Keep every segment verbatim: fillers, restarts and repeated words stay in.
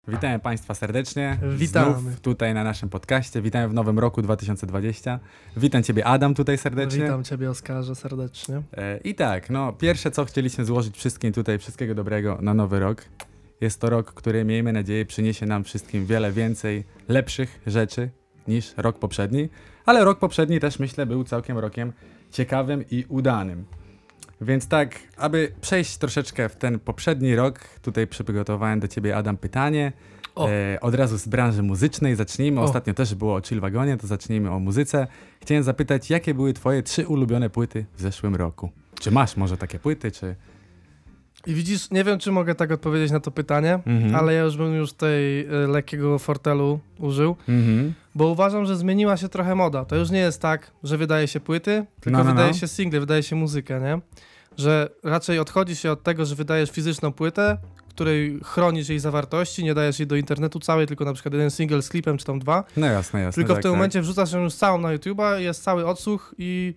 Witamy Państwa serdecznie. Witamy. Znów tutaj na naszym podcaście. Witamy w nowym roku dwa tysiące dwudziestym. Witam Ciebie, Adam, tutaj serdecznie. Witam Ciebie, Oskarze, serdecznie. E, I tak, no pierwsze co chcieliśmy złożyć wszystkim tutaj, wszystkiego dobrego na nowy rok. Jest to rok, który miejmy nadzieję przyniesie nam wszystkim wiele więcej lepszych rzeczy niż rok poprzedni. Ale rok poprzedni też myślę był całkiem rokiem ciekawym i udanym. Więc tak, aby przejść troszeczkę w ten poprzedni rok, tutaj przygotowałem do Ciebie, Adam, pytanie. E, od razu z branży muzycznej zacznijmy. O. Ostatnio też było o Chill Wagonie, to zacznijmy o muzyce. Chciałem zapytać, jakie były Twoje trzy ulubione płyty w zeszłym roku? Czy masz może takie płyty, czy... I widzisz, nie wiem, czy mogę tak odpowiedzieć na to pytanie, Mhm. ale ja już bym już tej y, lekkiego fortelu użył, Mhm. bo uważam, że zmieniła się trochę moda. To już nie jest tak, że wydaje się płyty, tylko No, no, wydaje no. się single, wydaje się muzykę, nie? Że raczej odchodzi się od tego, że wydajesz fizyczną płytę, której chronisz jej zawartości, nie dajesz jej do internetu całej, tylko na przykład jeden single z klipem, czy tam dwa. No jasne, jasne. Tylko tak, w tym tak. momencie wrzucasz ją już całą na YouTube'a, jest cały odsłuch i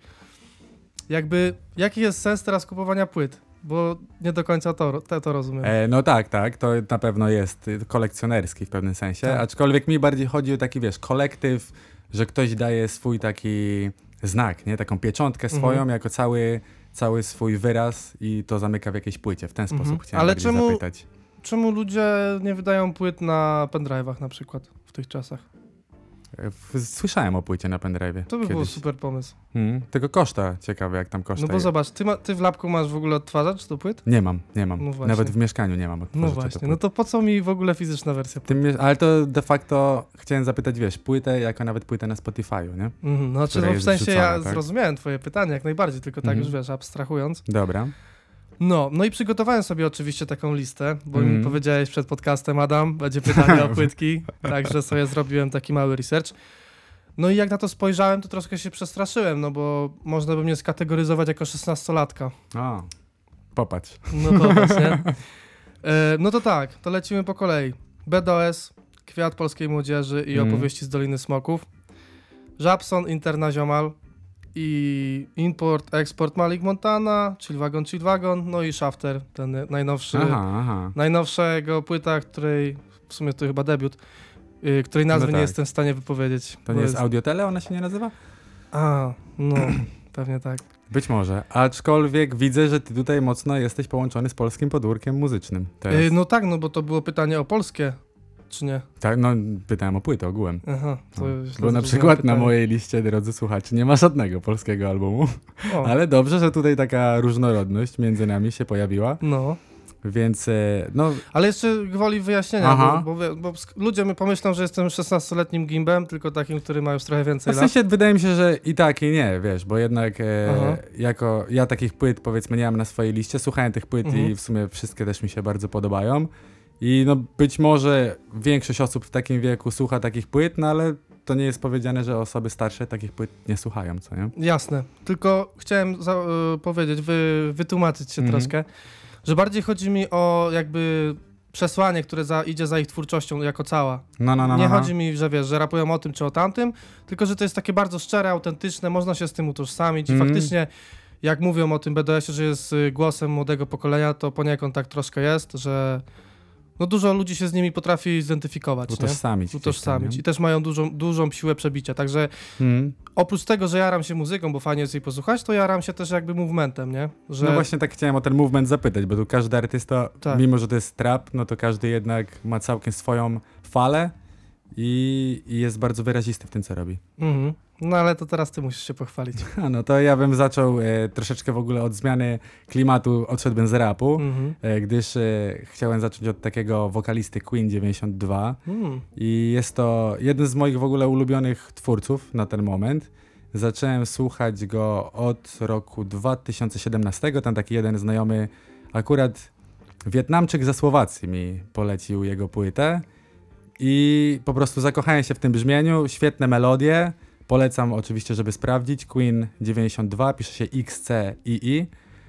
jakby jaki jest sens teraz kupowania płyt? Bo nie do końca to, to, to rozumiem. E, no tak, tak, to na pewno jest y, kolekcjonerski w pewnym sensie, Tak. aczkolwiek mi bardziej chodzi o taki, wiesz, kolektyw, że ktoś daje swój taki znak, nie? Taką pieczątkę swoją, Mhm. jako cały, cały swój wyraz i to zamyka w jakiejś płycie. W ten Mhm. sposób chciałem Ale bardziej czemu- zapytać. Czemu ludzie nie wydają płyt na pendrive'ach na przykład w tych czasach? E, w- Słyszałem o płycie na pendrive'ie To by kiedyś. był super pomysł. Hmm, tylko koszta, ciekawe jak tam koszta. No bo zobacz, ty, ma, ty w lapku masz w ogóle odtwarzacz do płyt? Nie mam, nie mam. No właśnie. Nawet w mieszkaniu nie mam No odtwarzacza do właśnie, płyt. no to po co mi w ogóle fizyczna wersja? Tym, mie- ale to de facto chciałem zapytać, wiesz, płytę jako nawet płytę na Spotify'u, nie? Mhm, no, znaczy, która no w jest sensie ja wrzucona, tak? zrozumiałem twoje pytanie jak najbardziej, tylko tak Mhm. już wiesz, abstrahując. Dobra. No, no i przygotowałem sobie oczywiście taką listę, bo Mhm. mi powiedziałeś przed podcastem, Adam, będzie pytanie o płytki, także sobie zrobiłem taki mały research. No i jak na to spojrzałem, to troszkę się przestraszyłem, no bo można by mnie skategoryzować jako szesnastolatka. O, popatrz. No popatrz, nie? E, no to tak, to lecimy po kolei. B D O S, Kwiat Polskiej Młodzieży i Mhm. Opowieści z Doliny Smoków. Żabson, Interna Ziomal i Import, Export Malik Montana, Chill Wagon, Chill Wagon, no i Shafter, ten najnowszy, Aha, aha. najnowszego płyta, której, w sumie to chyba debiut, y, której nazwy No nie tak. jestem w stanie wypowiedzieć. To bo nie jest Audiotele, ona się nie nazywa? A, no, pewnie tak. Być może. Aczkolwiek widzę, że ty tutaj mocno jesteś połączony z polskim podwórkiem muzycznym. Teraz. Y, no tak, no bo to było pytanie o polskie, czy nie? Tak, no pytałem o płytę ogółem. Aha, to No. źle Bo na zrozumiałem przykład na pytanie. mojej liście, drodzy słuchacze, nie ma żadnego polskiego albumu. O, Ale dobrze, że tutaj taka różnorodność między nami się pojawiła. no. Więc, e, no, Ale jeszcze gwoli wyjaśnienia, Aha. bo, bo, wie- bo sk- ludzie my pomyślą, że jestem szesnastoletnim gimbem, tylko takim, który ma już trochę więcej w lat. sensie wydaje mi się, że i tak, i nie, wiesz, bo jednak Aha. e, jako ja takich płyt, powiedzmy, nie mam na swojej liście, słuchałem tych płyt Mhm. i w sumie wszystkie też mi się bardzo podobają. I no być może większość osób w takim wieku słucha takich płyt, no ale to nie jest powiedziane, że osoby starsze takich płyt nie słuchają, co nie? Jasne, tylko chciałem za, y, powiedzieć, wy, wytłumaczyć się Mhm. troszkę, że bardziej chodzi mi o jakby przesłanie, które za, idzie za ich twórczością jako cała. No, no, no. Nie no, no. chodzi mi, że wiesz, że rapują o tym czy o tamtym, tylko że to jest takie bardzo szczere, autentyczne, można się z tym utożsamić i Mhm. faktycznie jak mówią o tym B D O S-ie, że jest y, głosem młodego pokolenia, to poniekąd tak troszkę jest, że no dużo ludzi się z nimi potrafi zidentyfikować, nie? Utożsamić. gdzieś tam, Utożsamić. nie? I też mają dużą, dużą siłę przebicia, także Mhm. oprócz tego, że jaram się muzyką, bo fajnie jest jej posłuchać, to jaram się też jakby movementem, nie? Że... No właśnie tak chciałem o ten movement zapytać, bo tu każdy artysta, Tak. mimo że to jest trap, no to każdy jednak ma całkiem swoją falę i, i jest bardzo wyrazisty w tym, co robi. Mhm. No ale to teraz ty musisz się pochwalić. A no to ja bym zaczął e, troszeczkę w ogóle od zmiany klimatu, odszedłbym z rapu, Mhm. e, gdyż e, chciałem zacząć od takiego wokalisty Queen dziewięćdziesiąt dwa Mm. i jest to jeden z moich w ogóle ulubionych twórców na ten moment. Zacząłem słuchać go od roku dwa tysiące siedemnastego, tam taki jeden znajomy, akurat Wietnamczyk ze Słowacji mi polecił jego płytę i po prostu zakochałem się w tym brzmieniu, świetne melodie. Polecam oczywiście, żeby sprawdzić. Queen dziewięćdziesiąt dwa, pisze się X C I I.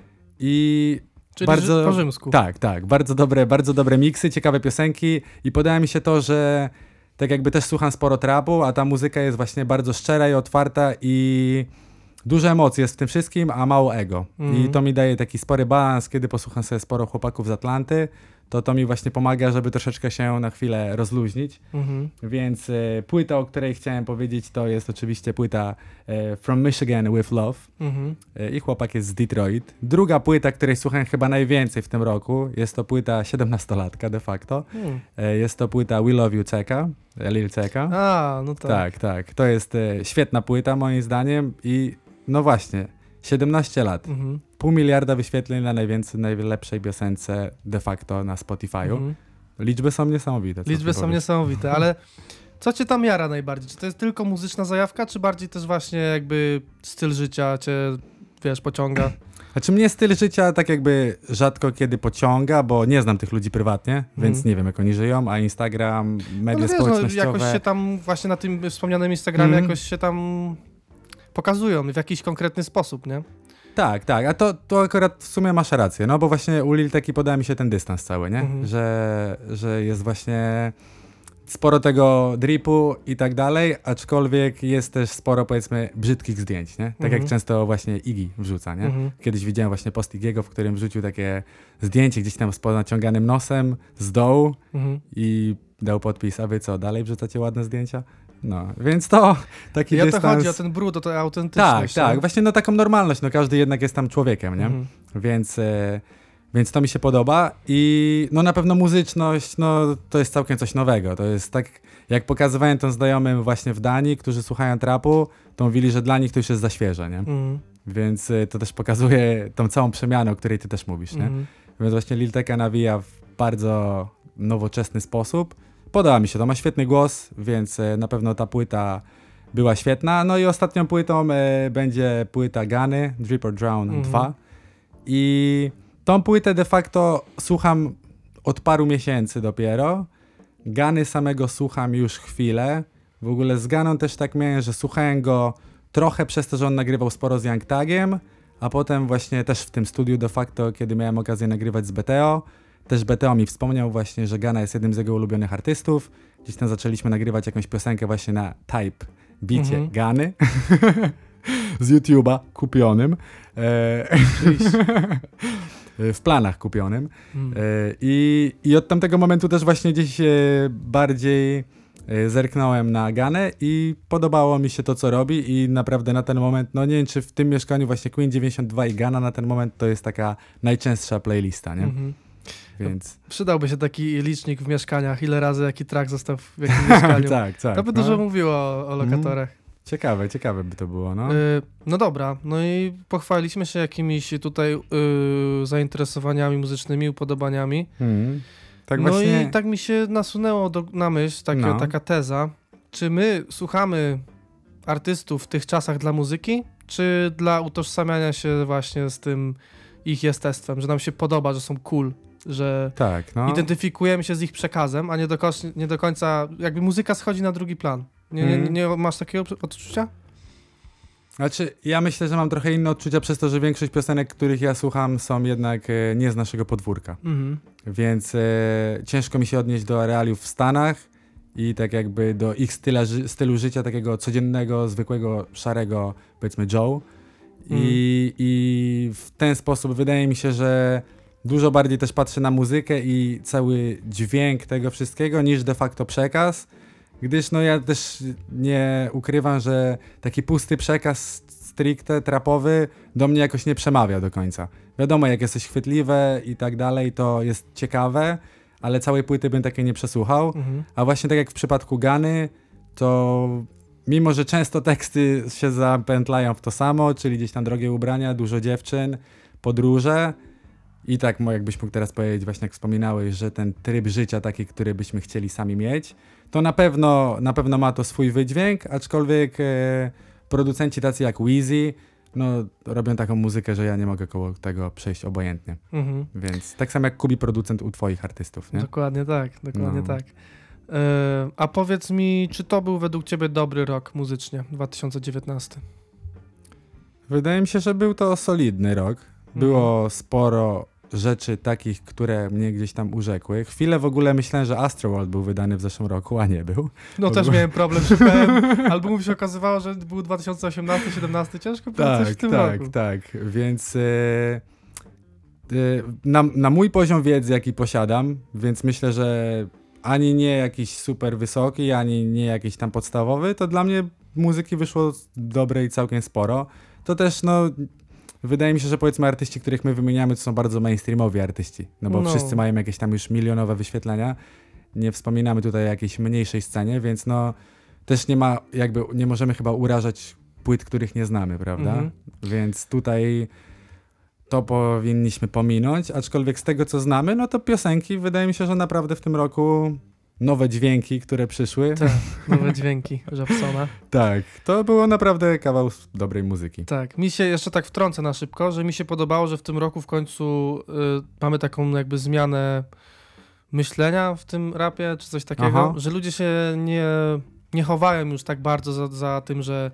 I Czyli bardzo, Rzy- po rzymsku. tak, tak, bardzo dobre, bardzo dobre miksy, ciekawe piosenki i podoba mi się to, że tak jakby też słucham sporo trapu, a ta muzyka jest właśnie bardzo szczera i otwarta i dużo emocji jest w tym wszystkim, a mało ego. Mhm. I to mi daje taki spory balans, kiedy posłucham sobie sporo chłopaków z Atlanty, to to mi właśnie pomaga, żeby troszeczkę się na chwilę rozluźnić. Mhm. Więc e, płyta, o której chciałem powiedzieć, to jest oczywiście płyta e, From Michigan with Love. Mhm. E, I chłopak jest z Detroit. Druga płyta, której słuchałem chyba najwięcej w tym roku, jest to płyta siedemnastolatka de facto. Mm. E, jest to płyta We Love You Ceka, e, Lil Ceka. A, no tak. Tak, tak. To jest e, świetna płyta moim zdaniem i no właśnie, siedemnaście lat. Mhm. Pół miliarda wyświetleń na najwięcej, najlepszej piosence de facto na Spotify'u. Mhm. Liczby są niesamowite. co Liczby ty są powiesz. niesamowite, ale co cię tam jara najbardziej? Czy to jest tylko muzyczna zajawka, czy bardziej też właśnie jakby styl życia cię, wiesz, pociąga? Znaczy mnie styl życia tak jakby rzadko kiedy pociąga, bo nie znam tych ludzi prywatnie, więc nie wiem jak oni żyją, a Instagram, media no wiesz, no, społecznościowe... jakoś się tam właśnie na tym wspomnianym Instagramie Mhm. jakoś się tam pokazują w jakiś konkretny sposób, nie? Tak, tak, a to, to akurat w sumie masz rację, no bo właśnie u Lil Teki podoba mi się ten dystans cały, nie? Mhm. Że, że jest właśnie sporo tego dripu i tak dalej, aczkolwiek jest też sporo powiedzmy brzydkich zdjęć, nie? Tak Mhm. jak często właśnie Iggy wrzuca, nie? Mhm. Kiedyś widziałem właśnie post Iggy'ego, w którym wrzucił takie zdjęcie gdzieś tam z naciąganym nosem, z dołu Mhm. i dał podpis, a wy co, dalej wrzucacie ładne zdjęcia? No, więc to taki I o to dystans... chodzi, o ten brud, o tę Tak, autentyczność. tak, nie? właśnie no taką normalność, no każdy jednak jest tam człowiekiem, nie? Mhm. Więc, e, więc to mi się podoba i no na pewno muzyczność, no to jest całkiem coś nowego, to jest tak, jak pokazywałem to znajomym właśnie w Danii, którzy słuchają trapu, to mówili, że dla nich to już jest za świeże, nie? Mhm. Więc e, to też pokazuje tą całą przemianę, o której ty też mówisz, nie? Mhm. Więc właśnie Lil Tecca nawija w bardzo nowoczesny sposób. Podoba mi się, to ma świetny głos, więc e, na pewno ta płyta była świetna. No i ostatnią płytą e, będzie płyta Gany, Drip or Drown Mhm. dwa. I tą płytę de facto słucham od paru miesięcy dopiero. Gany samego słucham już chwilę. W ogóle z Ganą też tak miałem, że słuchałem go trochę przez to, że on nagrywał sporo z Young Thugiem, a potem właśnie też w tym studiu de facto, kiedy miałem okazję nagrywać z B T O, też B T O mi wspomniał właśnie, że Gana jest jednym z jego ulubionych artystów. Gdzieś tam zaczęliśmy nagrywać jakąś piosenkę właśnie na Type bicie Mhm. Gany z YouTube'a kupionym. E, w planach kupionym. Mhm. E, I, I od tamtego momentu też właśnie gdzieś e, bardziej e, zerknąłem na Ganę i podobało mi się to, co robi i naprawdę na ten moment, no nie wiem, czy w tym mieszkaniu właśnie Queen dziewięćdziesiąt dwa i Gana na ten moment to jest taka najczęstsza playlista, nie? Mhm. Więc... Przydałby się taki licznik w mieszkaniach, ile razy jaki track został w jakim mieszkaniu. tak, tak. To by no. dużo mówiło o, o lokatorach. Ciekawe, ciekawe by to było, no. Y, no dobra, no i pochwaliliśmy się jakimiś tutaj y, zainteresowaniami muzycznymi, upodobaniami. Mm. Tak no właśnie... i tak mi się nasunęło do, na myśl takie, No. taka teza, czy my słuchamy artystów w tych czasach dla muzyki, czy dla utożsamiania się właśnie z tym ich jestestwem, że nam się podoba, że są cool, że Tak, no. identyfikujemy się z ich przekazem, a nie do, końca, nie do końca, jakby muzyka schodzi na drugi plan. Nie, nie, Mm. nie masz takiego odczucia? Znaczy, ja myślę, że mam trochę inne odczucia przez to, że większość piosenek, których ja słucham, są jednak e, nie z naszego podwórka. Mhm. Więc e, ciężko mi się odnieść do realiów w Stanach i tak jakby do ich styla, ży- stylu życia, takiego codziennego, zwykłego, szarego, powiedzmy Joe. I, I w ten sposób wydaje mi się, że dużo bardziej też patrzę na muzykę i cały dźwięk tego wszystkiego niż de facto przekaz, gdyż no ja też nie ukrywam, że taki pusty przekaz stricte trapowy do mnie jakoś nie przemawia do końca. Wiadomo, jak jesteś chwytliwe i tak dalej, to jest ciekawe, ale całej płyty bym takiej nie przesłuchał. Mhm. A właśnie tak jak w przypadku Gany, to mimo, że często teksty się zapętlają w to samo, czyli gdzieś tam drogie ubrania, dużo dziewczyn, podróże i tak mo- jakbyś mógł teraz powiedzieć, właśnie jak wspominałeś, że ten tryb życia taki, który byśmy chcieli sami mieć, to na pewno, na pewno ma to swój wydźwięk, aczkolwiek e, producenci tacy jak Weezy, no robią taką muzykę, że ja nie mogę koło tego przejść obojętnie. Mhm. Więc tak samo jak Kubi, producent u twoich artystów, nie? Dokładnie tak, dokładnie No. tak. E, a powiedz mi, czy to był według ciebie dobry rok muzycznie, dwa tysiące dziewiętnasty? Wydaje mi się, że był to solidny rok. Było sporo rzeczy takich, które mnie gdzieś tam urzekły. Chwilę w ogóle myślałem, że Astroworld był wydany w zeszłym roku, a nie był. No W też ogóle- miałem problem, szukałem albumów, się okazywało, że był dwa tysiące osiemnasty, siedemnasty, ciężko było coś w tym tak, roku. tak. Więc, e, y, na, na mój poziom wiedzy, jaki posiadam, więc myślę, że ani nie jakiś super wysoki, ani nie jakiś tam podstawowy, to dla mnie muzyki wyszło dobrej całkiem sporo. To też, no, wydaje mi się, że powiedzmy artyści, których my wymieniamy, to są bardzo mainstreamowi artyści, no bo No. wszyscy mają jakieś tam już milionowe wyświetlenia. Nie wspominamy tutaj o jakiejś mniejszej scenie, więc no też nie ma, jakby nie możemy chyba urażać płyt, których nie znamy, prawda? Mhm. Więc tutaj to powinniśmy pominąć, aczkolwiek z tego, co znamy, no to piosenki, wydaje mi się, że naprawdę w tym roku nowe dźwięki, które przyszły, Tak, nowe dźwięki Japsona. tak, to było naprawdę kawał dobrej muzyki. Tak, mi się jeszcze tak wtrącę na szybko, że mi się podobało, że w tym roku w końcu y, mamy taką jakby zmianę myślenia w tym rapie, czy coś takiego, Aha. że ludzie się nie, nie chowają już tak bardzo za, za tym, że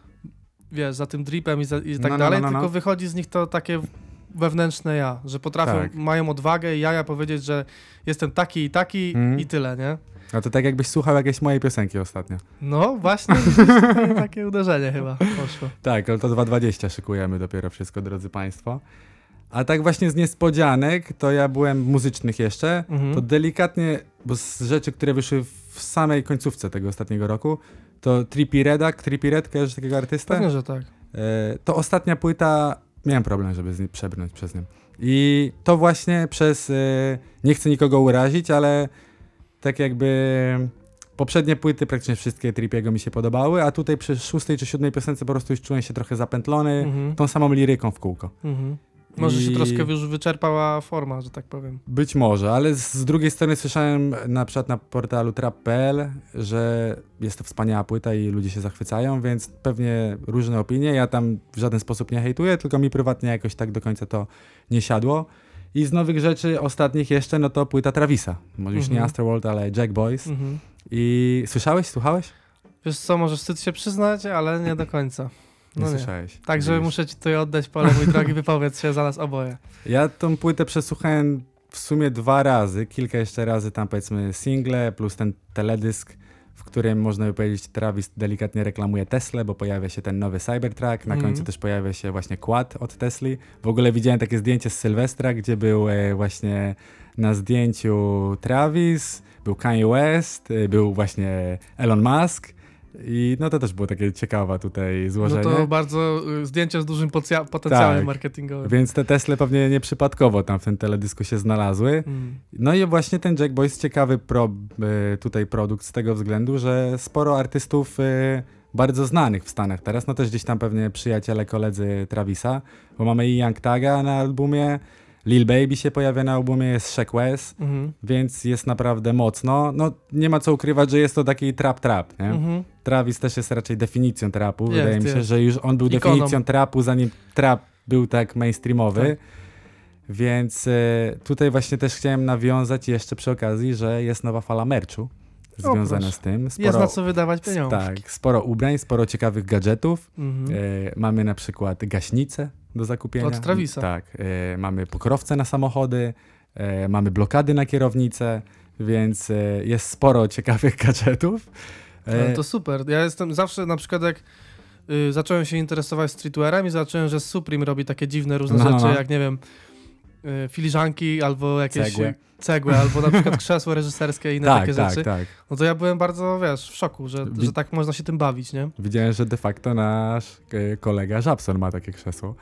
wiesz, za tym dripem i, za, i tak No, no, dalej, no, no, no. tylko wychodzi z nich to takie wewnętrzne ja, że potrafią, Tak. mają odwagę i jaja powiedzieć, że jestem taki i taki Mhm. i tyle, nie? No to tak jakbyś słuchał jakiejś mojej piosenki ostatnio. No właśnie, widzisz, tutaj takie uderzenie chyba poszło. Tak, ale to dwa dwadzieścia szykujemy dopiero wszystko, drodzy państwo. A tak właśnie z niespodzianek, to ja byłem muzycznych jeszcze, Mhm. to delikatnie, bo z rzeczy, które wyszły w samej końcówce tego ostatniego roku, to Trippie Redak, Trippie Red, kojarzysz takiego artystę? Pewnie, że tak. E, to ostatnia płyta, miałem problem, żeby z niej przebrnąć przez nią. I to właśnie przez, e, nie chcę nikogo urazić, ale tak jakby poprzednie płyty, praktycznie wszystkie Trippiego mi się podobały, a tutaj przy szóstej czy siódmej piosence po prostu już czułem się trochę zapętlony Mhm. tą samą liryką w kółko. Mhm. Może się I- troszkę już wyczerpała forma, że tak powiem. Być może, ale z, z drugiej strony słyszałem na przykład na portalu trap kropka p l, że jest to wspaniała płyta i ludzie się zachwycają, więc pewnie różne opinie. Ja tam w żaden sposób nie hejtuję, tylko mi prywatnie jakoś tak do końca to nie siadło. I z nowych rzeczy ostatnich jeszcze, no to płyta Travisa. Może już nie Mhm. Astroworld, ale Jack Boys. Mhm. I słyszałeś, słuchałeś? Wiesz co, może wstyd się przyznać, ale nie do końca. Nie No nie. słyszałeś. Także Widzisz. muszę ci tutaj oddać pole, mój drogi, wypowiedz się za nas oboje. Ja tą płytę przesłuchałem w sumie dwa razy, kilka jeszcze razy tam powiedzmy single, plus ten teledysk, w którym można by powiedzieć Travis delikatnie reklamuje Teslę, bo pojawia się ten nowy Cybertruck, na Mhm. końcu też pojawia się właśnie Quad od Tesli. W ogóle widziałem takie zdjęcie z Sylwestra, gdzie był e, właśnie na zdjęciu Travis, był Kanye West, e, był właśnie Elon Musk i no to też było takie ciekawe tutaj No złożenie. to bardzo y, zdjęcie z dużym pocja- potencjałem Tak. marketingowym. Więc te Tesle pewnie nieprzypadkowo tam w tym teledysku się znalazły. Mm. No i właśnie ten Jack Boys ciekawy pro, y, tutaj produkt z tego względu, że sporo artystów y, bardzo znanych w Stanach teraz, no też gdzieś tam pewnie przyjaciele, koledzy Travisa, bo mamy i Young Taga na albumie, Lil Baby się pojawia na albumie, jest Sheck West, Mhm. więc jest naprawdę mocno. No nie ma co ukrywać, że jest to taki trap-trap, nie? Mhm. Travis też jest raczej definicją trapu, Jest, wydaje mi się, jest. że już on był Ikoną. definicją trapu, zanim trap był tak mainstreamowy. Tak. Więc y, tutaj właśnie też chciałem nawiązać jeszcze przy okazji, że jest nowa fala merchu związana proszę. z tym. Jest na co wydawać pieniądze. tak, sporo ubrań, sporo ciekawych gadżetów. Mhm. Y, mamy na przykład gaśnice do zakupienia. Od Travisa. Tak, y, mamy pokrowce na samochody, y, mamy blokady na kierownicę, więc y, jest sporo ciekawych gadżetów. Y, Ale to super. Ja jestem zawsze na przykład jak y, zacząłem się interesować streetwearem i zobaczyłem, że Supreme robi takie dziwne różne No, no, rzeczy, no. jak nie wiem, y, filiżanki albo jakieś Cegłę. cegły albo na przykład krzesło reżyserskie i inne tak, takie tak, rzeczy. tak. No to ja byłem bardzo, wiesz, w szoku, że, Wi- że tak można się tym bawić, nie? Widziałem, że de facto nasz y, kolega Żabson ma takie krzesło.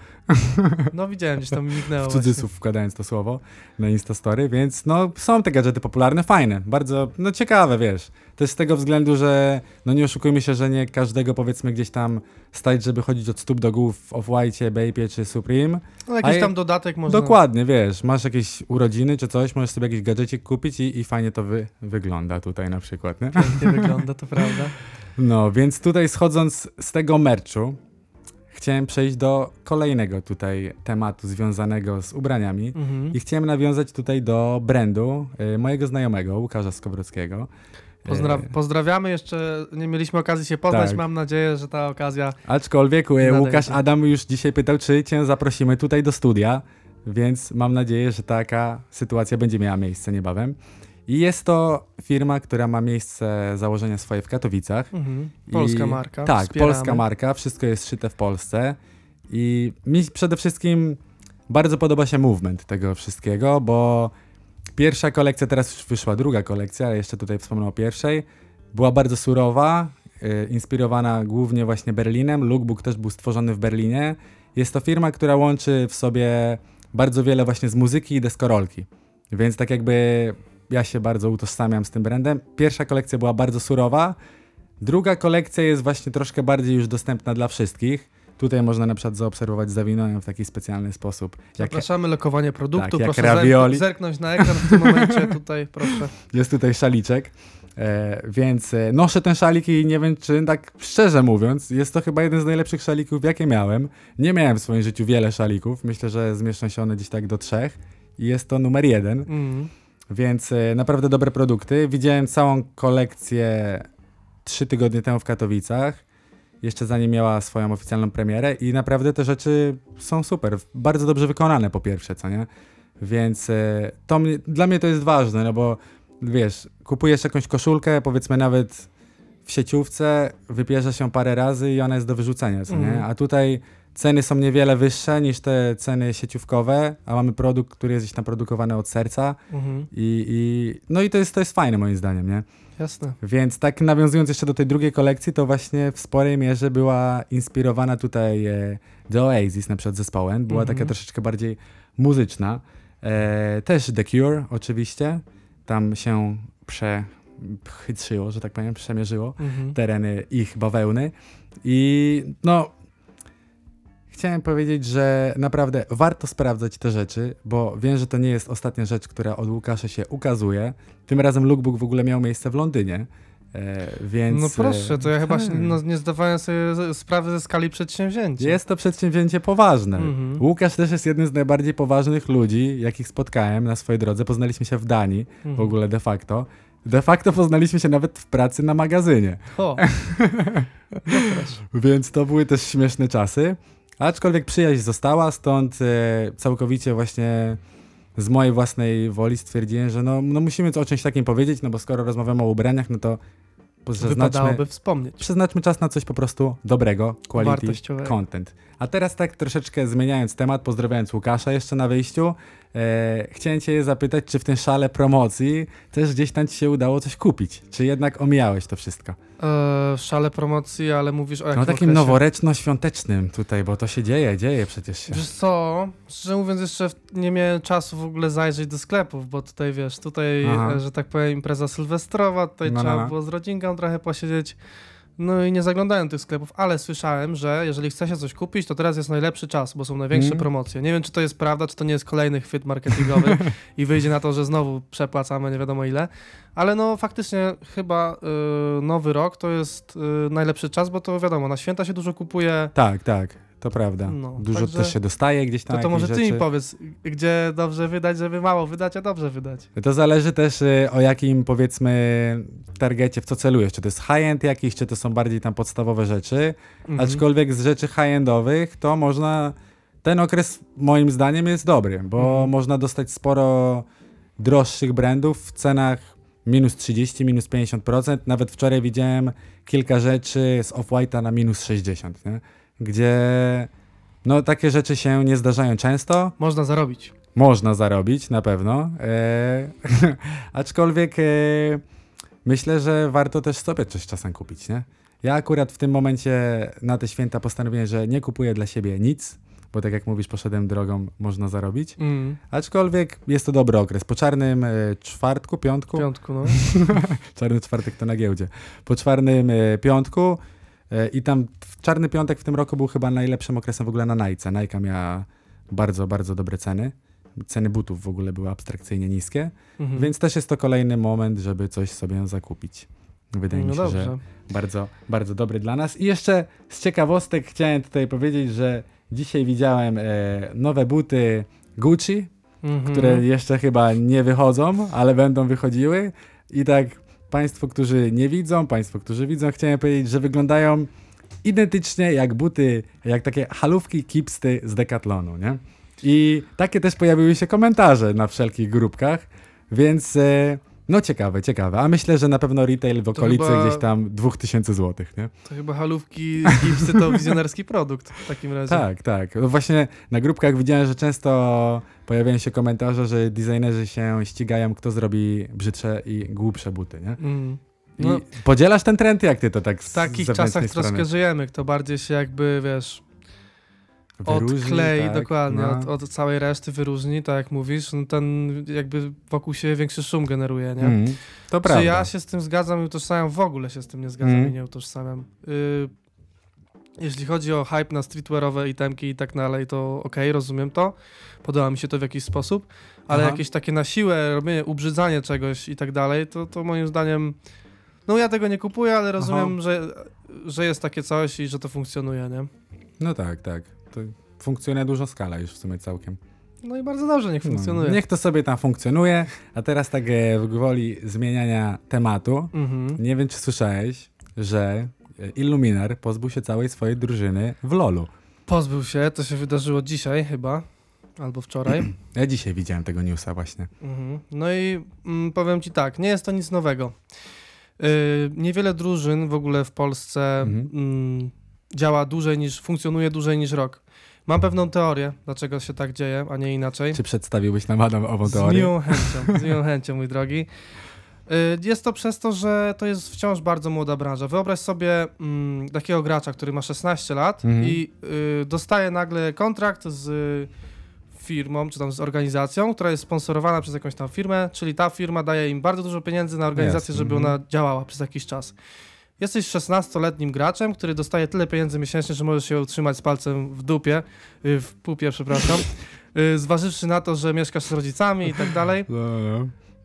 No widziałem, gdzieś tam mi mignęło w cudzysłów wkładając to słowo na Instastory, więc no są te gadżety popularne, fajne, bardzo bardzo no ciekawe, wiesz. Też z tego względu, że no nie oszukujmy się, że nie każdego powiedzmy gdzieś tam stać, żeby chodzić od stóp do głów w Off-White'cie, Bape'ie czy Supreme. właśnie. No jakiś A tam je- dodatek można... Dokładnie, wiesz, masz jakieś urodziny czy coś, możesz sobie jakiś gadżecik kupić i, i fajnie to wy, wygląda tutaj na przykład, nie? Pięknie wygląda, to prawda. No, więc tutaj schodząc z tego merchu, chciałem przejść do kolejnego tutaj tematu związanego z ubraniami. Mhm. I chciałem nawiązać tutaj do brandu y, mojego znajomego, Łukasza Skowrockiego. Pozdra- Y, pozdrawiamy jeszcze, nie mieliśmy okazji się poznać, Tak. mam nadzieję, że ta okazja... aczkolwiek y, Nadejdzie. Łukasz Adam już dzisiaj pytał, czy cię zaprosimy tutaj do studia, więc mam nadzieję, że taka sytuacja będzie miała miejsce niebawem. I jest to firma, która ma miejsce założenia swoje w Katowicach. Mhm. Polska I- marka, Tak, wspieramy. polska marka, wszystko jest szyte w Polsce. I mi przede wszystkim bardzo podoba się movement tego wszystkiego, bo pierwsza kolekcja, teraz już wyszła druga kolekcja, ale jeszcze tutaj wspomnę o pierwszej, była bardzo surowa, yy, inspirowana głównie właśnie Berlinem. Lookbook też był stworzony w Berlinie. Jest to firma, która łączy w sobie bardzo wiele właśnie z muzyki i deskorolki, więc tak jakby ja się bardzo utożsamiam z tym brandem. Pierwsza kolekcja była bardzo surowa, druga kolekcja jest właśnie troszkę bardziej już dostępna dla wszystkich. Tutaj można na przykład zaobserwować zawinąłem w taki specjalny sposób. Jak, Zapraszamy, lokowanie produktu, tak, jak proszę ravioli. zerk- zerknąć na ekran w tym momencie, tutaj proszę. jest tutaj szaliczek, e, więc e, noszę ten szalik i nie wiem, czy tak szczerze mówiąc, jest to chyba jeden z najlepszych szalików, jakie miałem. Nie miałem w swoim życiu wiele szalików, myślę, że zmieszczą się one gdzieś tak do trzech i jest to numer jeden, Mm. więc e, naprawdę dobre produkty. Widziałem całą kolekcję trzy tygodnie temu w Katowicach, jeszcze zanim miała swoją oficjalną premierę i naprawdę te rzeczy są super, bardzo dobrze wykonane po pierwsze, co nie? Więc e, to mnie, dla mnie to jest ważne, no bo wiesz, kupujesz jakąś koszulkę, powiedzmy nawet w sieciówce, wypierze się parę razy i ona jest do wyrzucenia, co nie? Mhm. A tutaj ceny są niewiele wyższe niż te ceny sieciówkowe, a mamy produkt, który jest gdzieś tam produkowany od serca Mhm. i, i no i to jest, to jest fajne moim zdaniem, nie? Jasne. Więc tak nawiązując jeszcze do tej drugiej kolekcji, to właśnie w sporej mierze była inspirowana tutaj e, The Oasis na przykład zespołem, była Mhm. taka troszeczkę bardziej muzyczna. E, też The Cure oczywiście, tam się przechytrzyło, że tak powiem, przemierzyło Mhm. tereny ich bawełny i no chciałem powiedzieć, że naprawdę warto sprawdzać te rzeczy, bo wiem, że to nie jest ostatnia rzecz, która od Łukasza się ukazuje. Tym razem lookbook w ogóle miał miejsce w Londynie, e, więc... No proszę, to ja chyba się, tak. no, nie zdawałem sobie z- sprawy ze skali przedsięwzięcia. Jest to przedsięwzięcie poważne. Mhm. Łukasz też jest jednym z najbardziej poważnych ludzi, jakich spotkałem na swojej drodze. Poznaliśmy się w Danii, Mhm. w ogóle de facto. De facto poznaliśmy się nawet w pracy na magazynie, O, no proszę. więc to były też śmieszne czasy. Aczkolwiek przyjaźń została, stąd e, całkowicie właśnie z mojej własnej woli stwierdziłem, że no, no musimy o czymś takim powiedzieć, no bo skoro rozmawiamy o ubraniach, no to przeznaczmy, Wypadałoby wspomnieć. przeznaczmy czas na coś po prostu dobrego, quality Wartościowego. content. A teraz tak troszeczkę zmieniając temat, pozdrawiając Łukasza jeszcze na wyjściu, e, chciałem cię zapytać, czy w tym szale promocji też gdzieś tam ci się udało coś kupić? Czy jednak omijałeś to wszystko? E, w szale promocji, ale mówisz o jakim No takim okresie? noworoczno-świątecznym tutaj, bo to się dzieje, dzieje przecież się. Wiesz co, szczerze mówiąc jeszcze w- nie miałem czasu w ogóle zajrzeć do sklepów, bo tutaj wiesz, tutaj, Aha. e, że tak powiem, impreza sylwestrowa, tutaj No, no, trzeba no. było z rodzinką trochę posiedzieć. No i nie zaglądałem do tych sklepów, ale słyszałem, że jeżeli chce się coś kupić, to teraz jest najlepszy czas, bo są największe Mm. promocje. Nie wiem, czy to jest prawda, czy to nie jest kolejny chwyt marketingowy i wyjdzie na to, że znowu przepłacamy nie wiadomo ile, ale no faktycznie chyba y, nowy rok to jest y, najlepszy czas, bo to wiadomo, na święta się dużo kupuje. Tak, tak, to prawda. No, Dużo także- też się dostaje gdzieś tam To, to jakieś może ty rzeczy. mi powiedz, gdzie dobrze wydać, żeby mało wydać, a dobrze wydać. To zależy też y, o jakim powiedzmy targecie, w co celujesz. Czy to jest high-end jakiś, czy to są bardziej tam podstawowe rzeczy. Mhm. Aczkolwiek z rzeczy high-endowych to można, ten okres moim zdaniem jest dobry, bo Mhm. można dostać sporo droższych brandów w cenach minus trzydzieści, minus pięćdziesiąt procent. Nawet wczoraj widziałem kilka rzeczy z Off-White'a na minus sześćdziesiąt, nie? Gdzie no takie rzeczy się nie zdarzają często. Można zarobić. Można zarobić, na pewno. E, aczkolwiek e, myślę, że warto też sobie coś czasem kupić, nie? Ja akurat w tym momencie na te święta postanowiłem, że nie kupuję dla siebie nic, bo tak jak mówisz, poszedłem drogą, można zarobić. Mm. Aczkolwiek jest to dobry okres. Po czarnym e, czwartku, piątku, Piątku, no. czarny czwartek to na giełdzie. Po czarnym e, piątku e, i tam w czarny piątek w tym roku był chyba najlepszym okresem w ogóle na Nike. Nike miała bardzo, bardzo dobre ceny. Ceny butów w ogóle były abstrakcyjnie niskie, Mhm. więc też jest to kolejny moment, żeby coś sobie zakupić. Wydaje no mi się, dobrze. że bardzo, bardzo dobry dla nas. I jeszcze z ciekawostek chciałem tutaj powiedzieć, że dzisiaj widziałem e, nowe buty Gucci, Mhm. które jeszcze chyba nie wychodzą, ale będą wychodziły. I tak państwo, którzy nie widzą, państwo, którzy widzą, chciałem powiedzieć, że wyglądają identycznie jak buty, jak takie halówki kipsty z Decathlonu, nie? I takie też pojawiły się komentarze na wszelkich grupkach, więc e, No ciekawe, ciekawe. A myślę, że na pewno retail w okolicy chyba- gdzieś tam dwóch tysięcy złotych, nie? To chyba halówki z gipsy to wizjonerski produkt w takim razie. Tak, tak. No właśnie na grupkach widziałem, że często pojawiają się komentarze, że designerzy się ścigają, kto zrobi brzydsze i głupsze buty, nie? Mm. I No, podzielasz ten trend, jak ty to tak z w takich zewnętrznej czasach strony troszkę żyjemy, kto bardziej się jakby, wiesz, wyróżni, odklei tak, dokładnie no. od, od całej reszty, wyróżni, tak jak mówisz, no ten jakby wokół siebie większy szum generuje, nie? Mm, to Czy prawda. ja się z tym zgadzam i utożsamiam? W ogóle się z tym nie zgadzam Mhm. i nie utożsamiam. Y, jeśli chodzi o hype na streetwearowe itemki i tak dalej, to okej, rozumiem to. Podoba mi się to w jakiś sposób, ale Aha. jakieś takie na siłę robienie, ubrzydzanie czegoś i tak dalej, to, to moim zdaniem, no ja tego nie kupuję, ale rozumiem, że, że jest takie coś i że to funkcjonuje, nie? No tak, tak. To funkcjonuje dużo skala już w sumie całkiem. No i bardzo dobrze, niech funkcjonuje. No, niech to sobie tam funkcjonuje, a teraz tak e, w gwoli zmieniania tematu. Mhm. Nie wiem, czy słyszałeś, że e, Illuminar pozbył się całej swojej drużyny w lolu. Pozbył się, to się wydarzyło dzisiaj chyba, albo wczoraj. Ja dzisiaj widziałem tego newsa właśnie. Mhm. No i mm, powiem ci tak, nie jest to nic nowego. Yy, niewiele drużyn w ogóle w Polsce Mhm. mm, działa dłużej niż, funkcjonuje dłużej niż rok. Mam pewną teorię, dlaczego się tak dzieje, a nie inaczej. Czy przedstawiłbyś nam Adam ową Z teorię? miłą chęcią, z miłą chęcią, mój drogi. Yy, Jest to przez to, że to jest wciąż bardzo młoda branża. Wyobraź sobie mm, takiego gracza, który ma szesnaście lat Mhm. i yy, dostaje nagle kontrakt z firmą, czy tam z organizacją, która jest sponsorowana przez jakąś tam firmę, czyli ta firma daje im bardzo dużo pieniędzy na organizację, Jasne, żeby mhm. ona działała przez jakiś czas. Jesteś szesnastoletnim graczem, który dostaje tyle pieniędzy miesięcznie, że możesz się utrzymać z palcem w dupie, y, w pupie, przepraszam, y, zważywszy na to, że mieszkasz z rodzicami i tak dalej. No, no.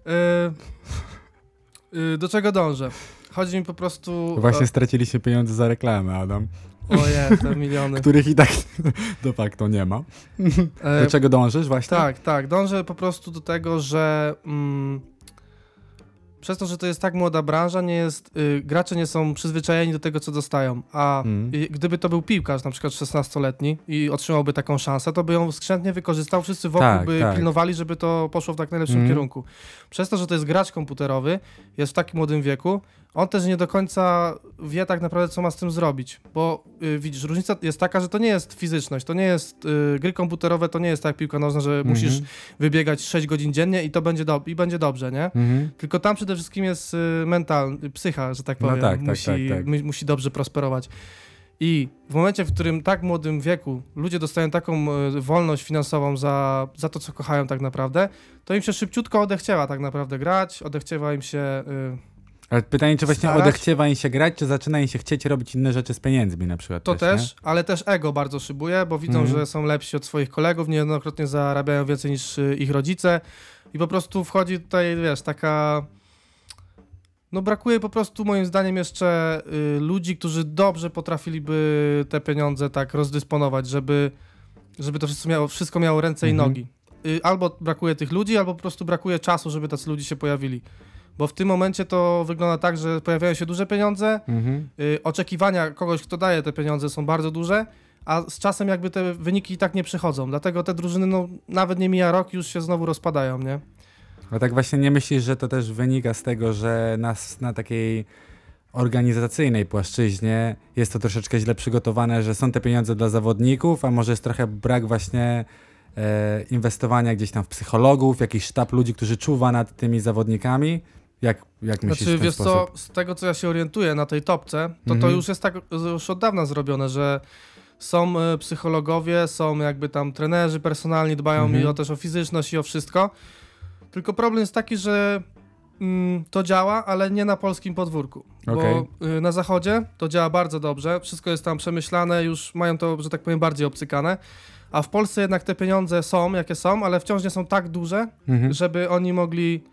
Y, y, Do czego dążę? Chodzi mi po prostu... Właśnie straciliśmy pieniądze za reklamę, Adam, o, Oje, te miliony. których i tak de facto nie ma. E, Do czego dążysz właśnie? Tak, tak. Dążę po prostu do tego, że mm, przez to, że to jest tak młoda branża, nie jest, y, gracze nie są przyzwyczajeni do tego, co dostają. A Mm. y, gdyby to był piłkarz, na przykład szesnastoletni i otrzymałby taką szansę, to by ją skrzętnie wykorzystał. Wszyscy wokół Tak, by tak. pilnowali, żeby to poszło w tak najlepszym Mm. kierunku. Przez to, że to jest gracz komputerowy, jest w takim młodym wieku, on też nie do końca wie tak naprawdę, co ma z tym zrobić. Bo y, widzisz, różnica jest taka, że to nie jest fizyczność, to nie jest, y, gry komputerowe to nie jest tak jak piłka nożna, że musisz Mhm. wybiegać sześć godzin dziennie i to będzie, do, i będzie dobrze, nie? Mhm. Tylko tam przede wszystkim jest y, mental, y, psycha, że tak No powiem, tak, tak, musi, tak, tak. mu- musi dobrze prosperować. I w momencie, w którym tak młodym wieku ludzie dostają taką y, wolność finansową za, za to, co kochają tak naprawdę, to im się szybciutko odechciewa tak naprawdę grać, odechciewa im się... Y, Ale pytanie, czy właśnie starać. odechciewa im się grać, czy zaczyna im się chcieć robić inne rzeczy z pieniędzmi na przykład. To też, też, ale też ego bardzo szybuje, bo widzą, Mhm. że są lepsi od swoich kolegów, niejednokrotnie zarabiają więcej niż y, ich rodzice i po prostu wchodzi tutaj, wiesz, taka... No brakuje po prostu moim zdaniem jeszcze y, ludzi, którzy dobrze potrafiliby te pieniądze tak rozdysponować, żeby, żeby to wszystko miało, wszystko miało ręce Mhm. i nogi. Y, albo brakuje tych ludzi, albo po prostu brakuje czasu, żeby tacy ludzie się pojawili. Bo w tym momencie to wygląda tak, że pojawiają się duże pieniądze, nie? Mhm. y, oczekiwania kogoś, kto daje te pieniądze są bardzo duże, a z czasem jakby te wyniki i tak nie przychodzą. Dlatego te drużyny, no nawet nie mija rok, już się znowu rozpadają, nie? A tak właśnie nie myślisz, że to też wynika z tego, że nas na takiej organizacyjnej płaszczyźnie jest to troszeczkę źle przygotowane, że są te pieniądze dla zawodników, a może jest trochę brak właśnie e, inwestowania gdzieś tam w psychologów, jakiś sztab ludzi, którzy czuwa nad tymi zawodnikami? Jak, jak myślisz Znaczy, w ten wiesz sposób? co, z tego co ja się orientuję na tej topce, to to Mhm. już jest tak już od dawna zrobione, że są e, psychologowie, są jakby tam trenerzy personalni, dbają Mhm. mi o też o fizyczność i o wszystko. Tylko problem jest taki, że mm, to działa, ale nie na polskim podwórku. Okej. Bo y, na zachodzie to działa bardzo dobrze, wszystko jest tam przemyślane, już mają to, że tak powiem, bardziej obcykane. A w Polsce jednak te pieniądze są, jakie są, ale wciąż nie są tak duże, Mhm. żeby oni mogli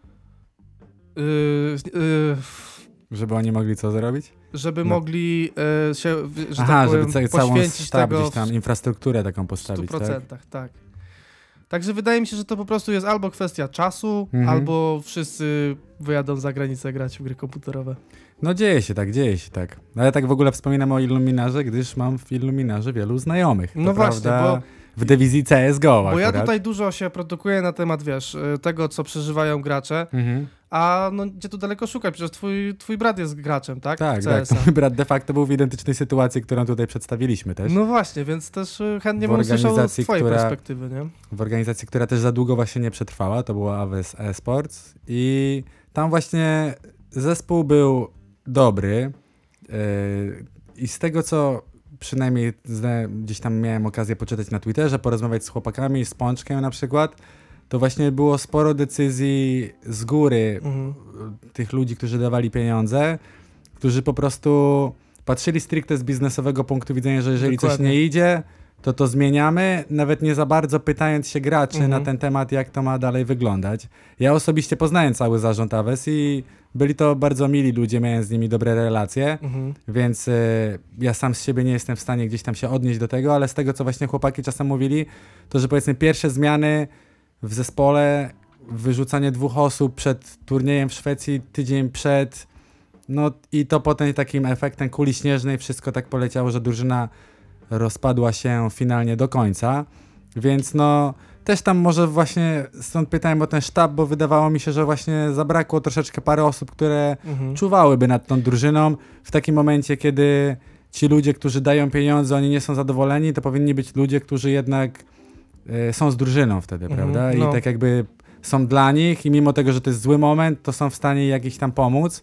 y, y, Żeby oni mogli co zrobić? żeby No. mogli y, się, w- że Aha, tak powiem, żeby ca- całą poświęcić sztab tego gdzieś tam, w infrastrukturę taką stu postawić, tak? procentach, tak? Także wydaje mi się, że to po prostu jest albo kwestia czasu, Mhm. albo wszyscy wyjadą za granicę grać w gry komputerowe. No dzieje się tak, dzieje się tak. Ale tak w ogóle wspominam o Illuminarze, gdyż mam w Illuminarze wielu znajomych. To No właśnie, prawda, w dywizji C S G O Bo akurat. ja tutaj dużo się produkuję na temat, wiesz, y, tego, co przeżywają gracze, Mhm. a no gdzie tu daleko szukać, przecież twój, twój brat jest graczem, tak? Tak, W tak. C S a. Mój brat de facto był w identycznej sytuacji, którą tutaj przedstawiliśmy też. No właśnie, więc też y, chętnie W bym usłyszał z organizacji, twojej która- perspektywy, nie? W organizacji, która też za długo właśnie nie przetrwała, to była Aves Esports i tam właśnie zespół był dobry yy, i z tego, co przynajmniej zna- gdzieś tam miałem okazję poczytać na Twitterze, porozmawiać z chłopakami, z Pączkiem na przykład, to właśnie było sporo decyzji z góry Mhm. tych ludzi, którzy dawali pieniądze, którzy po prostu patrzyli stricte z biznesowego punktu widzenia, że jeżeli coś Dokładnie. nie idzie, to to zmieniamy, nawet nie za bardzo pytając się graczy Mhm. na ten temat, jak to ma dalej wyglądać. Ja osobiście poznałem cały zarząd Aves i byli to bardzo mili ludzie, miałem z nimi dobre relacje, Mhm. więc y, ja sam z siebie nie jestem w stanie gdzieś tam się odnieść do tego, ale z tego, co właśnie chłopaki czasem mówili, to że powiedzmy pierwsze zmiany w zespole, wyrzucanie dwóch osób przed turniejem w Szwecji, tydzień przed, no i to potem takim efektem kuli śnieżnej wszystko tak poleciało, że drużyna rozpadła się finalnie do końca, więc no też tam może właśnie stąd pytałem o ten sztab, bo wydawało mi się, że właśnie zabrakło troszeczkę parę osób, które Mhm. czuwałyby nad tą drużyną w takim momencie, kiedy ci ludzie, którzy dają pieniądze, oni nie są zadowoleni, to powinni być ludzie, którzy jednak y, są z drużyną wtedy, Mhm, prawda? no. I tak jakby są dla nich i mimo tego, że to jest zły moment, to są w stanie jakiś tam pomóc.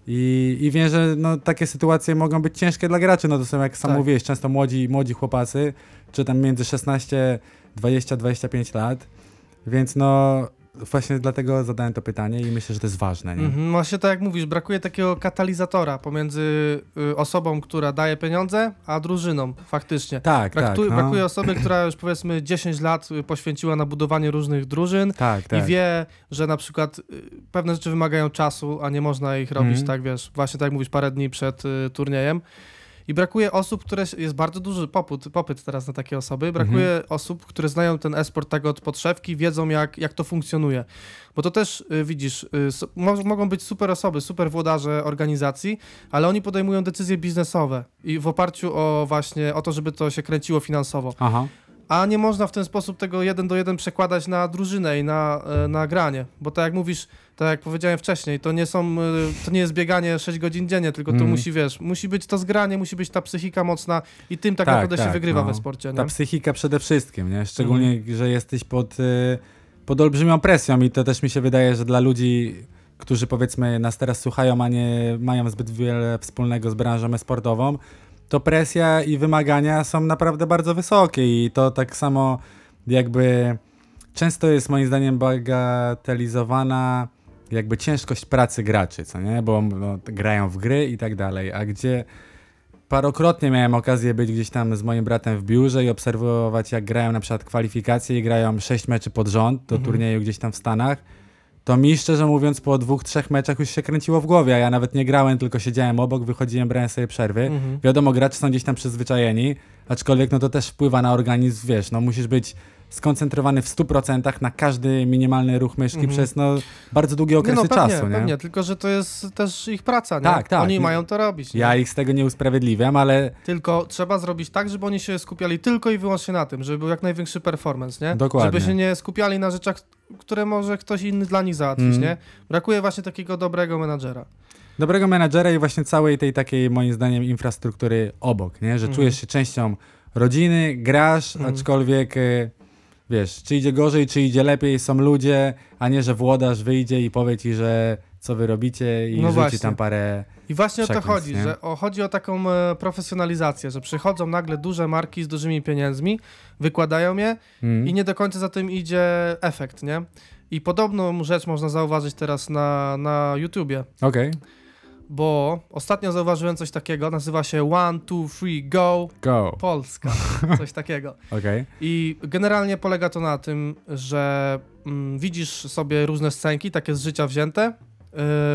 I, I wiem, że no, takie sytuacje mogą być ciężkie dla graczy, no to są jak sam Tak. mówiłeś, często młodzi, młodzi chłopacy, czy tam między szesnaście, dwadzieścia, dwadzieścia pięć lat, więc no właśnie dlatego zadałem to pytanie i myślę, że to jest ważne, nie? Mhm. Właśnie tak jak mówisz, brakuje takiego katalizatora pomiędzy y, osobą, która daje pieniądze, a drużyną faktycznie. Tak, Brak- tak, tu- no. Brakuje osoby, która już powiedzmy dziesięć lat y, poświęciła na budowanie różnych drużyn tak, tak. i wie, że na przykład y, pewne rzeczy wymagają czasu, a nie można ich robić, Mhm. tak wiesz, właśnie tak jak mówisz, parę dni przed y, turniejem. I brakuje osób, które, jest bardzo duży popyt, popyt teraz na takie osoby, brakuje Mhm. osób, które znają ten e-sport tak od podszewki, wiedzą jak, jak to funkcjonuje. Bo to też, y, widzisz, y, s- mo- mogą być super osoby, super włodarze organizacji, ale oni podejmują decyzje biznesowe i w oparciu o właśnie, o to, żeby to się kręciło finansowo. Aha. A nie można w ten sposób tego jeden do jeden przekładać na drużynę i na, e, na granie, bo tak jak mówisz, tak jak powiedziałem wcześniej, to nie są, e, to nie jest bieganie sześć godzin dziennie, tylko to Mhm. musi, wiesz, musi być to zgranie, musi być ta psychika mocna i tym tak, Tak, naprawdę się tak, wygrywa no. we sporcie, Ta nie? psychika przede wszystkim, nie? Szczególnie, Mhm. że jesteś pod, y, pod olbrzymią presją i to też mi się wydaje, że dla ludzi, którzy powiedzmy nas teraz słuchają, a nie mają zbyt wiele wspólnego z branżą e-sportową, to presja i wymagania są naprawdę bardzo wysokie i to tak samo jakby często jest moim zdaniem bagatelizowana jakby ciężkość pracy graczy, co nie? Bo no, grają w gry i tak dalej, a gdzie parokrotnie miałem okazję być gdzieś tam z moim bratem w biurze i obserwować, jak grają na przykład kwalifikacje i grają sześć meczy pod rząd do Mhm. turnieju gdzieś tam w Stanach, to mi szczerze mówiąc po dwóch, trzech meczach już się kręciło w głowie, a ja nawet nie grałem, tylko siedziałem obok, wychodziłem, brałem sobie przerwy. Mhm. Wiadomo, gracze są gdzieś tam przyzwyczajeni, aczkolwiek no to też wpływa na organizm, wiesz, no musisz być skoncentrowany w stu procentach na każdy minimalny ruch myszki Mhm. przez no bardzo długie okresy no, pewnie, czasu, nie? pewnie, tylko że to jest też ich praca, nie? Tak, tak. Oni mają to robić, nie? Ja ich z tego nie usprawiedliwiam, ale Tylko trzeba zrobić tak, żeby oni się skupiali tylko i wyłącznie na tym, żeby był jak największy performance, nie? Dokładnie. Żeby się nie skupiali na rzeczach, które może ktoś inny dla nich załatwić, Mm. nie? Brakuje właśnie takiego dobrego menadżera. dobrego menadżera i właśnie całej tej takiej moim zdaniem infrastruktury obok, nie? Że Mhm. czujesz się częścią rodziny, grasz, Mhm. aczkolwiek y, wiesz, czy idzie gorzej, czy idzie lepiej, są ludzie, a nie, że włodarz wyjdzie i powie ci, że co wy robicie i No rzuci właśnie. tam parę... I właśnie o to Przekleństw, chodzi, nie? że o, chodzi o taką e, profesjonalizację, że przychodzą nagle duże marki z dużymi pieniędzmi, wykładają je Mm. i nie do końca za tym idzie efekt, nie? I podobną rzecz można zauważyć teraz na, na YouTubie, Okej, bo ostatnio zauważyłem coś takiego, nazywa się One, Two, Three, Go go, Polska, coś takiego. okej. I generalnie polega to na tym, że mm, widzisz sobie różne scenki, takie z życia wzięte, y,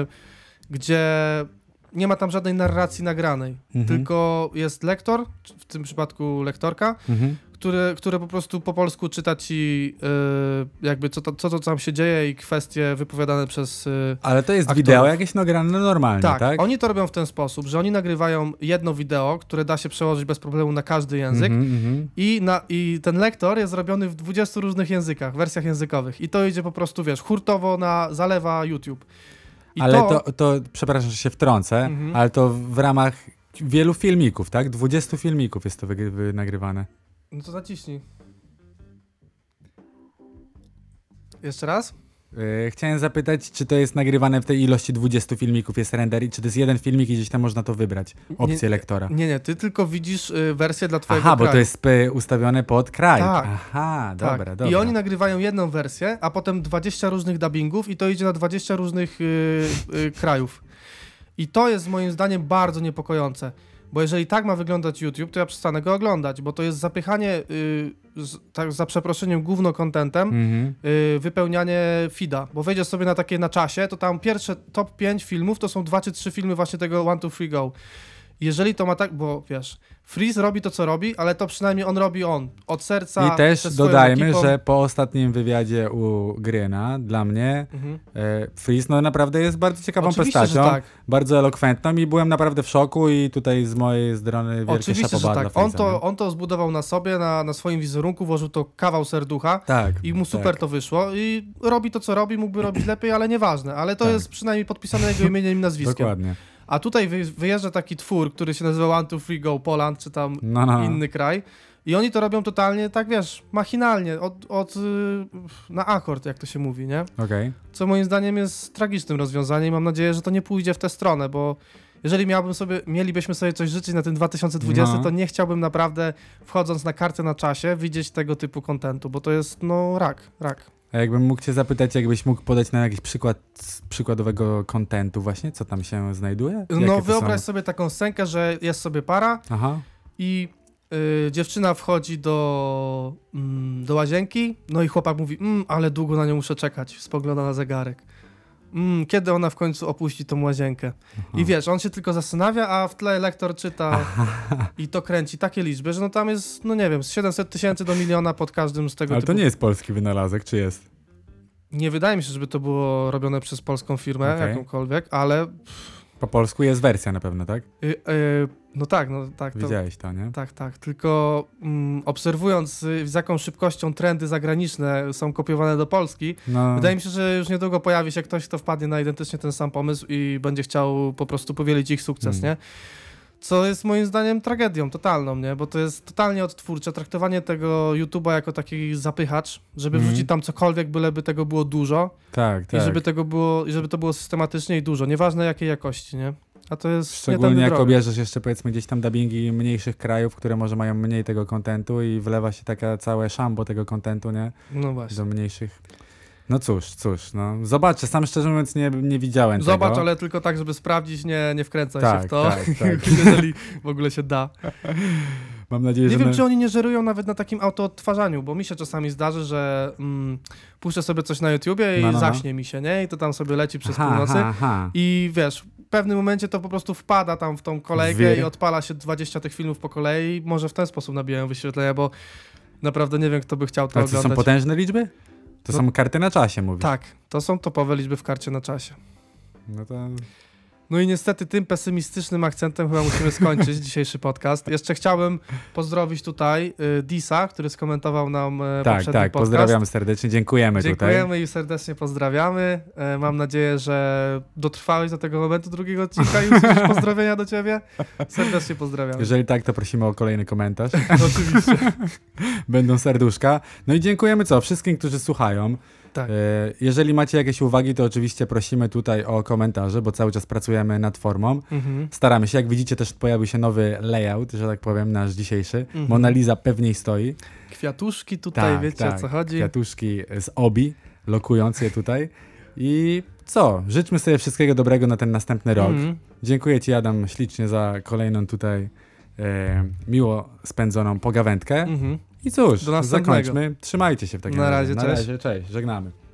gdzie nie ma tam żadnej narracji nagranej, Mhm. tylko jest lektor, w tym przypadku lektorka, Mhm. które, które po prostu po polsku czyta ci yy, jakby co to, co to tam się dzieje i kwestie wypowiadane przez yy, Ale to jest aktorów. wideo jakieś nagrane normalnie, tak? Tak, oni to robią w ten sposób, że oni nagrywają jedno wideo, które da się przełożyć bez problemu na każdy język Mhm, mhm. i, na, i ten lektor jest zrobiony w dwudziestu różnych językach, wersjach językowych i to idzie po prostu, wiesz, hurtowo na zalewa YouTube. I Ale to, to, przepraszam, że się wtrącę, Mhm. ale to w ramach wielu filmików, tak? dwudziestu filmików jest to wy, wy, nagrywane. No to zaciśnij. Jeszcze raz? Yy, chciałem zapytać, czy to jest nagrywane w tej ilości dwudziestu filmików, jest render i czy to jest jeden filmik i gdzieś tam można to wybrać, opcję Nie, lektora. Nie, nie, ty tylko widzisz y, wersję dla twojego Aha, kraju. bo to jest y, ustawione pod kraj. Tak. Aha, Tak. dobra, dobra. I oni nagrywają jedną wersję, a potem dwadzieścia różnych dubbingów i to idzie na dwadzieścia różnych y, y, krajów. I to jest moim zdaniem bardzo niepokojące, bo jeżeli tak ma wyglądać YouTube, to ja przestanę go oglądać, bo to jest zapychanie, y, z, tak za przeproszeniem, gówno contentem, Mhm. y, wypełnianie feeda, bo wejdziesz sobie na takie na czasie, to tam pierwsze top pięć filmów to są dwa czy trzy filmy właśnie tego one, two, three, go. Jeżeli to ma tak, bo wiesz, Freeze robi to, co robi, ale to przynajmniej on robi on, od serca. I też ze swoją dodajmy, ekipą. że po ostatnim wywiadzie u Gryna, dla mnie, Mhm. e, Freeze no naprawdę jest bardzo ciekawą Oczywiście, postacią, że tak. bardzo elokwentną i byłem naprawdę w szoku i tutaj z mojej strony wielkie Oczywiście, że szapoba tak. dla On Freeze'a, to, nie? on to zbudował na sobie, na, na swoim wizerunku, włożył to kawał serducha Tak. i mu super tak. to wyszło i robi to, co robi, mógłby robić lepiej, ale nieważne. Ale to Tak. jest przynajmniej podpisane jego imieniem i nazwiskiem. Dokładnie. A tutaj wy, wyjeżdża taki twór, który się nazywa one, two, three, go Poland, czy tam No, no. inny kraj. I oni to robią totalnie, tak wiesz, machinalnie, od, od, y, na akord, jak to się mówi, nie? Okej. Co moim zdaniem jest tragicznym rozwiązaniem i mam nadzieję, że to nie pójdzie w tę stronę, bo jeżeli miałbym sobie, mielibyśmy sobie coś życzyć na ten dwa tysiące dwudziesty, No. to nie chciałbym naprawdę, wchodząc na kartę na czasie, widzieć tego typu kontentu, bo to jest, no, rak, rak. A jakbym mógł cię zapytać, jakbyś mógł podać nam jakiś przykład z przykładowego kontentu właśnie, co tam się znajduje? Jakie No to wyobraź są? sobie taką scenkę, że jest sobie para Aha. i y, dziewczyna wchodzi do, mm, do łazienki, no i chłopak mówi, mm, ale długo na nią muszę czekać, spogląda na zegarek. Mm, kiedy ona w końcu opuści tą łazienkę? Aha. I wiesz, on się tylko zastanawia, a w tle lektor czyta i to kręci takie liczby, że no tam jest, no nie wiem, z siedemset tysięcy do miliona pod każdym z tego Ale typu. to nie jest polski wynalazek, czy jest? Nie wydaje mi się, żeby to było robione przez polską firmę, Okej. jakąkolwiek, ale Po polsku jest wersja na pewno, tak? y, y, no tak, no tak. To, Widziałeś to, nie? tak, tak. Tylko mm, obserwując y, z jaką szybkością trendy zagraniczne są kopiowane do Polski, No, wydaje mi się, że już niedługo pojawi się ktoś, kto wpadnie na identycznie ten sam pomysł i będzie chciał po prostu powielić ich sukces, Hmm. nie? Co jest moim zdaniem tragedią totalną, nie? Bo to jest totalnie odtwórcze. Traktowanie tego YouTube'a jako taki zapychacz, żeby Mhm. wrzucić tam cokolwiek, byleby tego było dużo tak, tak. i żeby tego było, i żeby to było systematycznie i dużo, nieważne jakiej jakości, nie? A to jest nie Szczególnie tędy jak droga. obierzesz jeszcze powiedzmy gdzieś tam dubbingi mniejszych krajów, które może mają mniej tego kontentu i wlewa się taka całe szambo tego kontentu, nie? No właśnie. Do mniejszych. No cóż, cóż, no zobaczę, sam szczerze mówiąc nie, nie widziałem Zobacz, tego. ale tylko tak, żeby sprawdzić, nie, nie wkręcaj Tak, się w to, tak, tak. jeżeli w ogóle się da. Mam nadzieję, Nie że... wiem, my- czy oni nie żerują nawet na takim autoodtwarzaniu, bo mi się czasami zdarzy, że mm, puszczę sobie coś na YouTubie i No, no, no. zaśnie mi się, nie? I to tam sobie leci przez aha, północy. aha, aha. I wiesz, w pewnym momencie to po prostu wpada tam w tą kolejkę Wir. i odpala się dwadzieścia tych filmów po kolei i może w ten sposób nabijają wyświetlenia, bo naprawdę nie wiem, kto by chciał to A to są oglądać. potężne liczby? To No- są karty na czasie, mówisz? Tak, to są topowe liczby w karcie na czasie. No to... No i niestety tym pesymistycznym akcentem chyba musimy skończyć dzisiejszy podcast. Jeszcze chciałbym pozdrowić tutaj y, Disa, który skomentował nam y, Tak, poprzedni tak, podcast. pozdrawiamy serdecznie, dziękujemy, tutaj. Dziękujemy i serdecznie pozdrawiamy. E, mam nadzieję, że dotrwałeś do tego momentu drugiego odcinka i usłyszysz pozdrowienia do ciebie. Serdecznie pozdrawiamy. Jeżeli tak, to prosimy o kolejny komentarz. Oczywiście. Będą serduszka. No i dziękujemy co? Wszystkim, którzy słuchają. Tak. E, Jeżeli macie jakieś uwagi, to oczywiście prosimy tutaj o komentarze, bo cały czas pracujemy nad formą. Mhm. Staramy się, jak widzicie też pojawił się nowy layout, że tak powiem, nasz dzisiejszy. Mhm. Mona Lisa pewniej stoi. Kwiatuszki tutaj, Tak, wiecie tak, o co chodzi. Kwiatuszki z obi, lokując je tutaj. I co? Życzmy sobie wszystkiego dobrego na ten następny rok. Mhm. Dziękuję Ci, Adam, ślicznie za kolejną tutaj e, miło spędzoną pogawędkę. Mhm. I cóż, Do następnego. zakończmy. Trzymajcie się w takim Na razie. razie, Na cześć. razie, cześć. Żegnamy.